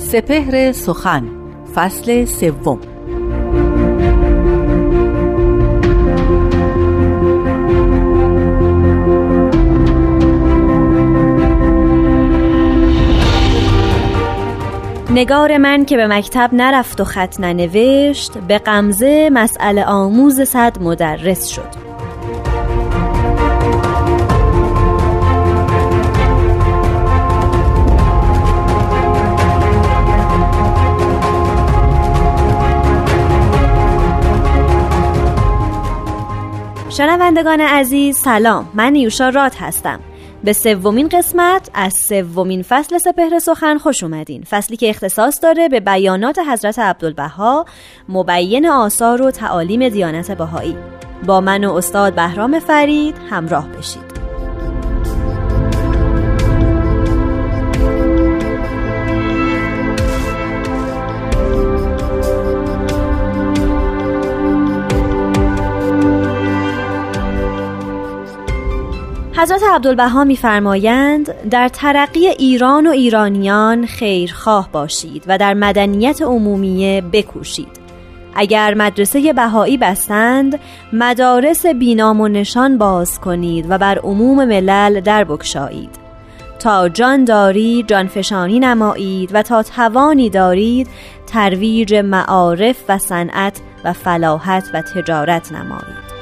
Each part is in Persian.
سپهر سخن فصل سوم. نگار من که به مکتب نرفت و خط ننوشت، به غمزه مسئله آموز صد مدرس شد. شنوندگان عزیز سلام، من نیوشا راد هستم. به سومین قسمت از سومین فصل سپهر سخن خوش اومدین. فصلی که اختصاص داره به بیانات حضرت عبدالبها مبین آثار و تعالیم دیانت بهایی. با من و استاد بهرام فرید همراه بشید. حضرت عبدالبها می‌فرمایند در ترقی ایران و ایرانیان خیرخواه باشید و در مدنیت عمومیه بکوشید. اگر مدرسه بهایی بستند، مدارس بینام و نشان باز کنید و بر عموم ملل در بگشایید. تا جان داری جانفشانی نمایید و تا توانی دارید ترویج معارف و صنعت و فلاحت و تجارت نمایید.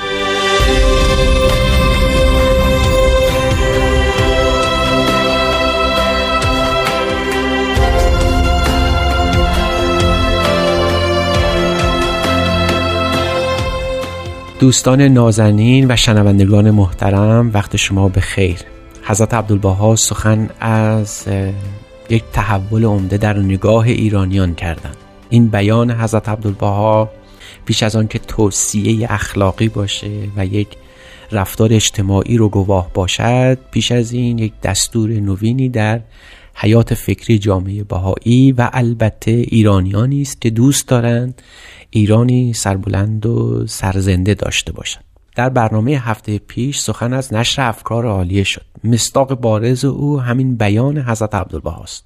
دوستان نازنین و شنوندگان محترم، وقت شما بخیر. حضرت عبدالبها سخن از یک تحول عمده در نگاه ایرانیان کردند. این بیان حضرت عبدالبها پیش از آن که توصیه اخلاقی باشه و یک رفتار اجتماعی رو گواه باشد، پیش از این یک دستور نوینی در حیات فکری جامعه بهایی و البته ایرانیانی است که دوست دارند ایرانی سربلند و سرزنده داشته باشند. در برنامه هفته پیش سخن از نشر افکار عالیه شد. مصداق بارز او همین بیان حضرت عبدالبها است.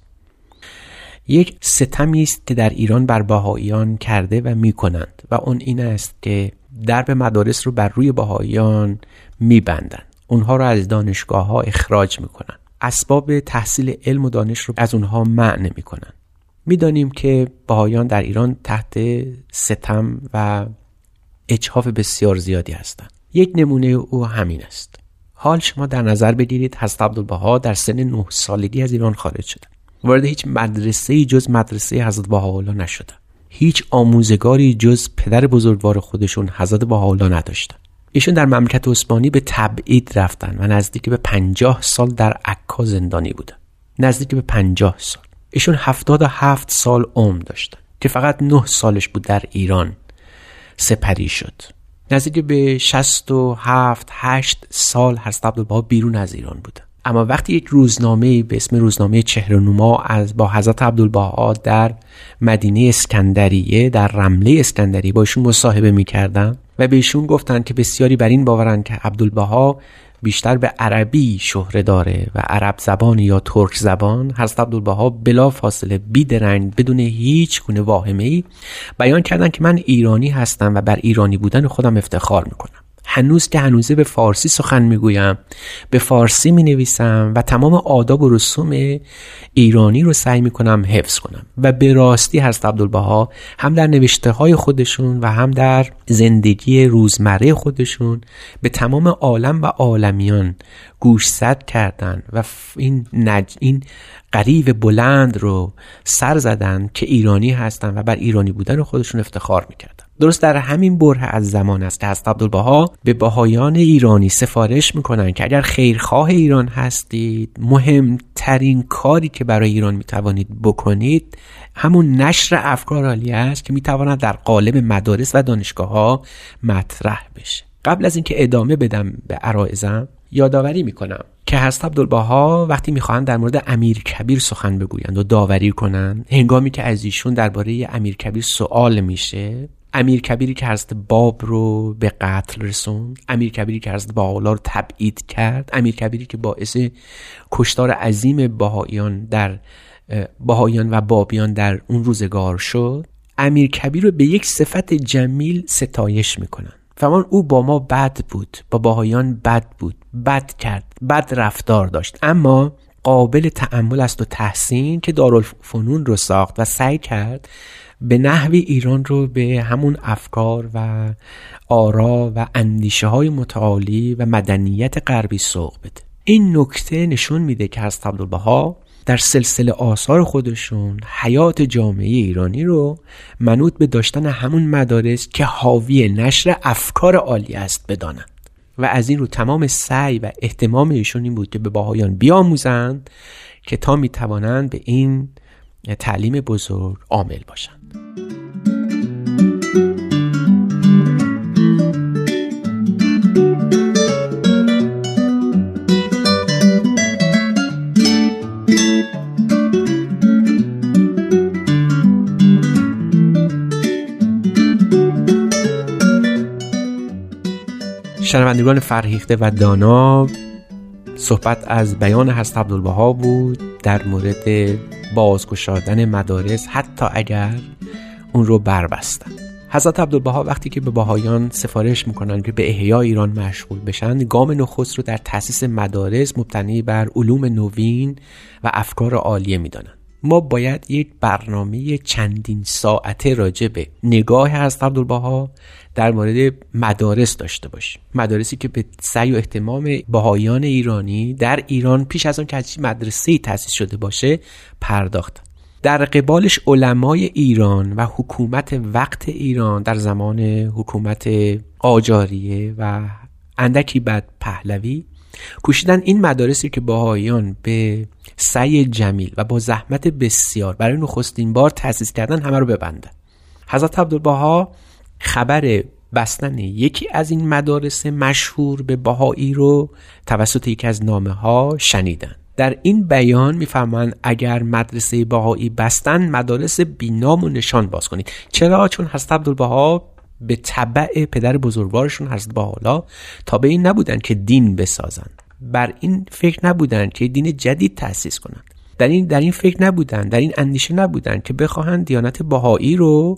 یک ستمی است که در ایران بر بهاییان کرده و میکنند و اون این است که درب مدارس رو بر روی بهاییان میبندند. اونها رو از دانشگاه ها اخراج میکنند. اسباب تحصیل علم و دانش رو از اونها منع میکنند. میدانیم که بهاییان در ایران تحت ستم و اجحاف بسیار زیادی هستند. یک نمونه او همین است. حال شما در نظر بگیرید حضرت عبدالبها در سن 9 سالگی از ایران خارج شدند. وارد هیچ مدرسه‌ای جز مدرسه حضرت بهاءالله نشدند. هیچ آموزگاری جز پدر بزرگوار خودشون حضرت بهاءالله نداشتند. ایشون در مملکت عثمانی به تبعید رفتن و نزدیک به 50 سال در عکا زندانی بودند. نزدیک به 50 سال. ایشون 77 سال عمر داشتن که فقط 9 سالش بود در ایران سپری شد. نزدیک به 67-8 سال حضرت عبدالبها بیرون از ایران بودن. اما وقتی یک روزنامه به اسم روزنامه چهره‌نما با حضرت عبدالبها در مدینه اسکندریه در رمله اسکندریه با ایشون مصاحبه می‌کردن و به ایشون گفتن که بسیاری بر این باورن که عبدالبها بیشتر به عربی شهره داره و عرب زبان یا ترک زبان، حضرت عبدالبها بلا فاصله بیدرنگ بدون هیچ گونه واهمه‌ای بیان کردن که من ایرانی هستم و بر ایرانی بودن خودم افتخار میکنم. هنوز که هنوزه به فارسی سخن میگویم، به فارسی مینویسم و تمام آداب و رسوم ایرانی رو سعی میکنم حفظ کنم. و به راستی حضرت عبدالبها هم در نوشته های خودشون و هم در زندگی روزمره خودشون به تمام عالم و عالمیان گوشزد کردن و این غریو بلند رو سر زدن که ایرانی هستن و بر ایرانی بودن خودشون افتخار میکردن. درست در همین بره از زمان است که حضرت عبدالبها به بهایان ایرانی سفارش میکنن که اگر خیرخواه ایران هستید، مهمترین کاری که برای ایران میتوانید بکنید همون نشر افکار عالیه است که میتواند در قالب مدارس و دانشگاه ها مطرح بشه. قبل از اینکه ادامه بدم به عرایضم، یادآوری میکنم که حضرت عبدالبها وقتی میخواهند در مورد امیرکبیر سخن بگویند و داوری کنند، هنگامی که از ایشون درباره امیرکبیر سوال میشه، امیرکبیری که حضرت باب رو به قتل رسوند، امیرکبیری که حضرت بهاءالله رو تبعید کرد، امیرکبیری که باعث کشتار عظیم بهائیان در بهائیان و بابیان در اون روزگار شد، امیرکبیر رو به یک صفت جمیل ستایش میکنن. فرمان او با ما بد بود، با بهائیان بد بود، بد کرد، بد رفتار داشت، اما قابل تأمل است و تحسین که دارالفنون رو ساخت و سعی کرد به نحوی ایران رو به همون افکار و آرا و اندیشه های متعالی و مدنیت غربی سوق بده. این نکته نشون میده که حضرت عبدالبها در سلسله آثار خودشون حیات جامعه ایرانی رو منوط به داشتن همون مدارس که حاوی نشر افکار عالی است بدانند و از این رو تمام سعی و اهتمام ایشون این بود که به بهائیان بیاموزند که تا میتوانند به این تعلیم بزرگ عامل باشند. شنوندگان فرهیخته و دانا، صحبت از بیان حضرت عبدالبها بود در مورد بازگشادن مدارس حتی اگر اون رو بربستن. حضرت عبدالبها وقتی که به بهائیان سفارش میکنن که به احیای ایران مشغول بشن، گام نخست رو در تأسیس مدارس مبتنی بر علوم نوین و افکار عالیه میدانن. ما باید یک برنامه چندین ساعته راجع به نگاه حضرت عبدالبها در مورد مدارس داشته باشیم. مدارسی که به سعی و اهتمام بهائیان ایرانی در ایران پیش از آن که هیچ مدرسه‌ای تأسیس شده باشه پرداختند. در قبالش علمای ایران و حکومت وقت ایران در زمان حکومت قاجاریه و اندکی بعد پهلوی کوشیدن این مدارسی که بهائیان به سعی جمیل و با زحمت بسیار برای نخستین بار تأسیس کردن همه رو ببندن. حضرت عبدالبها خبر بستن یکی از این مدارس مشهور به بهایی رو توسط یکی از نامه‌ها شنیدن. در این بیان می‌فرمایند اگر مدرسه بهایی بستن مدارس بی‌نام و نشان باز کنید. چرا؟ چون حضرت عبدالبها به تبع پدر بزرگوارشون حضرت بهاءالله تابع این نبودن که دین بسازن، بر این فکر نبودن که دین جدید تأسیس کنن، در این فکر نبودن، در این اندیشه نبودن که بخواهند دیانت بهایی رو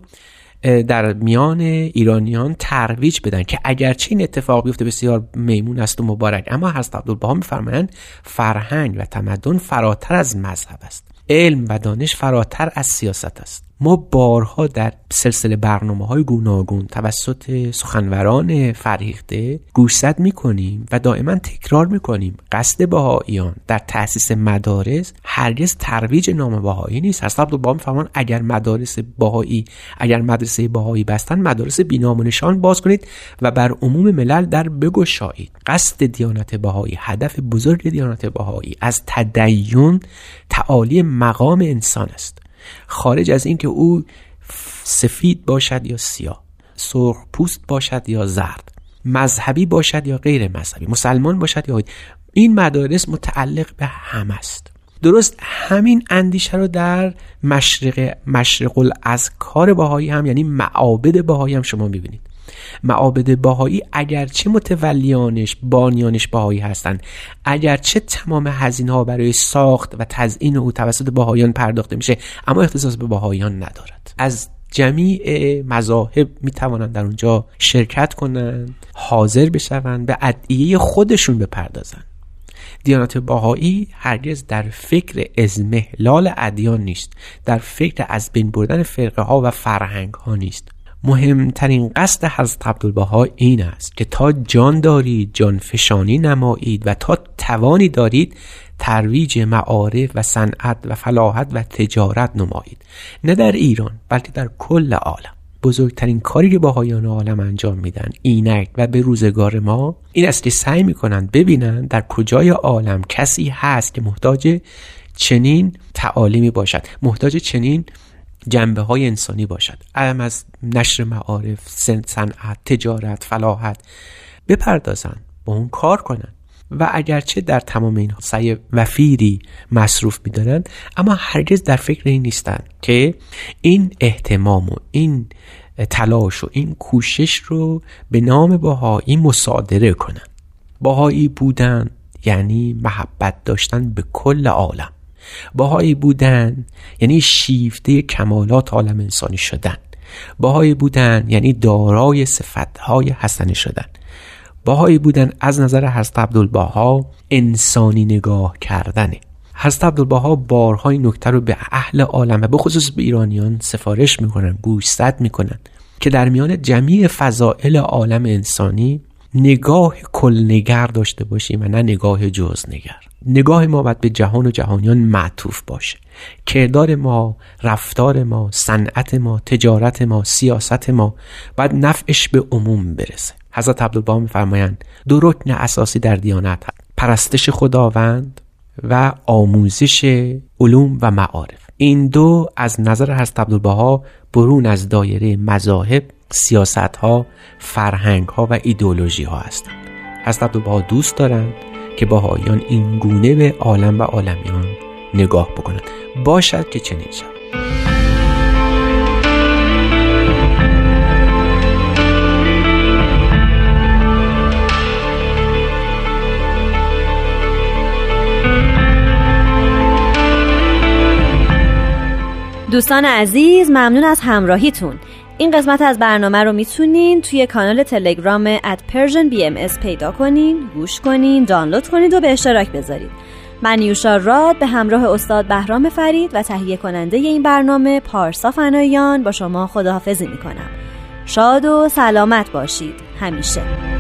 در میان ایرانیان ترویج بدن که اگرچه این اتفاق بیفته بسیار میمون است و مبارک، اما حضرت عبدالبها می‌فرمایند فرهنگ و تمدن فراتر از مذهب است، علم و دانش فراتر از سیاست است. ما بارها در سلسله برنامه‌های گوناگون توسط سخنوران فرهیخته گوشزد می‌کنیم و دائما تکرار می‌کنیم قصد بهائیان در تأسیس مدارس هرگز ترویج نام بهایی نیست. حضرت عبدالبها می‌فرمایند اگر مدرسه بهایی بستن مدارس بی‌نام و نشان باز کنید و بر عموم ملل در بگشایید. قصد دیانت بهایی، هدف بزرگ دیانت بهایی از تدین تعالی مقام انسان است، خارج از این که او سفید باشد یا سیاه، سرخ پوست باشد یا زرد، مذهبی باشد یا غیر مذهبی، مسلمان باشد یا این مدارس متعلق به همه است. درست همین اندیشه رو در مشرق الاذکار بهایی هم، یعنی معابد بهایی هم شما می‌بینید. معابد بهایی اگرچه متولیانش بانیانش بهایی هستند، اگرچه تمام هزینه‌ها برای ساخت و تزیین او توسط بهاییان پرداخته میشه، اما اختصاص به بهاییان ندارد. از جمیع مذاهب میتوانند در اونجا شرکت کنند، حاضر بشوند، به ادعیه خودشون بپردازند. دیانت بهایی هرگز در فکر اضمحلال ادیان نیست، در فکر از بین بردن فرقه ها و فرهنگ ها نیست. مهمترین قصد حضرت عبدالبها این است که تا جان دارید جان فشانی نمایید و تا توانی دارید ترویج معارف و صنعت و فلاحت و تجارت نمایید، نه در ایران بلکه در کل عالم. بزرگترین کاری که بهاییان عالم انجام میدن اینک و به روزگار ما این است که سعی میکنن ببینن در کجای عالم کسی هست که محتاج چنین تعالیمی باشد، محتاج چنین جنبه های انسانی باشد، علم از نشر معارف، صنعت، تجارت، فلاحت بپردازن، با اون کار کنن و اگرچه در تمام این سعی وفیری مصروف می‌دارن، اما هرگز در فکر این نیستن که این اهتمام و این تلاش و این کوشش رو به نام بهایی مصادره کنن. بهایی بودن یعنی محبت داشتن به کل عالم، بهایی بودن یعنی شیفته کمالات عالم انسانی شدن. بهایی بودن یعنی دارای صفتهای حسنه شدن. بهایی بودن از نظر حضرت عبدالبها انسانی نگاه کردنه. حضرت عبدالبها بارها این نکته رو به اهل عالم و به خصوص به ایرانیان سفارش میکنن، گوشزد میکنن که در میان جمیع فضائل عالم انسانی نگاه کلنگر داشته باشیم و نه نگاه جزنگر. نگاه ما باید به جهان و جهانیان معطوف باشه. کردار ما، رفتار ما، صنعت ما، تجارت ما، سیاست ما باید نفعش به عموم برسه. حضرت عبدالبها می‌فرمایند 2 رکن اساسی در دیانت هست: پرستش خداوند و آموزش علوم و معارف. این 2 از نظر حضرت عبدالبها برون از دایره مذاهب، سیاست‌ها، فرهنگ‌ها و ایدئولوژی‌ها هستند. حضرت عبدالبها دوست دارند که بهائیان این گونه به عالم و عالمیان نگاه بکنند. باشد که چنین شود. دوستان عزیز، ممنون از همراهیتون. این قسمت از برنامه رو میتونین توی کانال تلگرام @PersianBMS پیدا کنین، گوش کنین، دانلود کنید و به اشتراک بذارید. من نیوشا راد به همراه استاد بهرام فرید و تهیه کننده این برنامه پارسا فناییان با شما خداحافظی میکنم. شاد و سلامت باشید همیشه.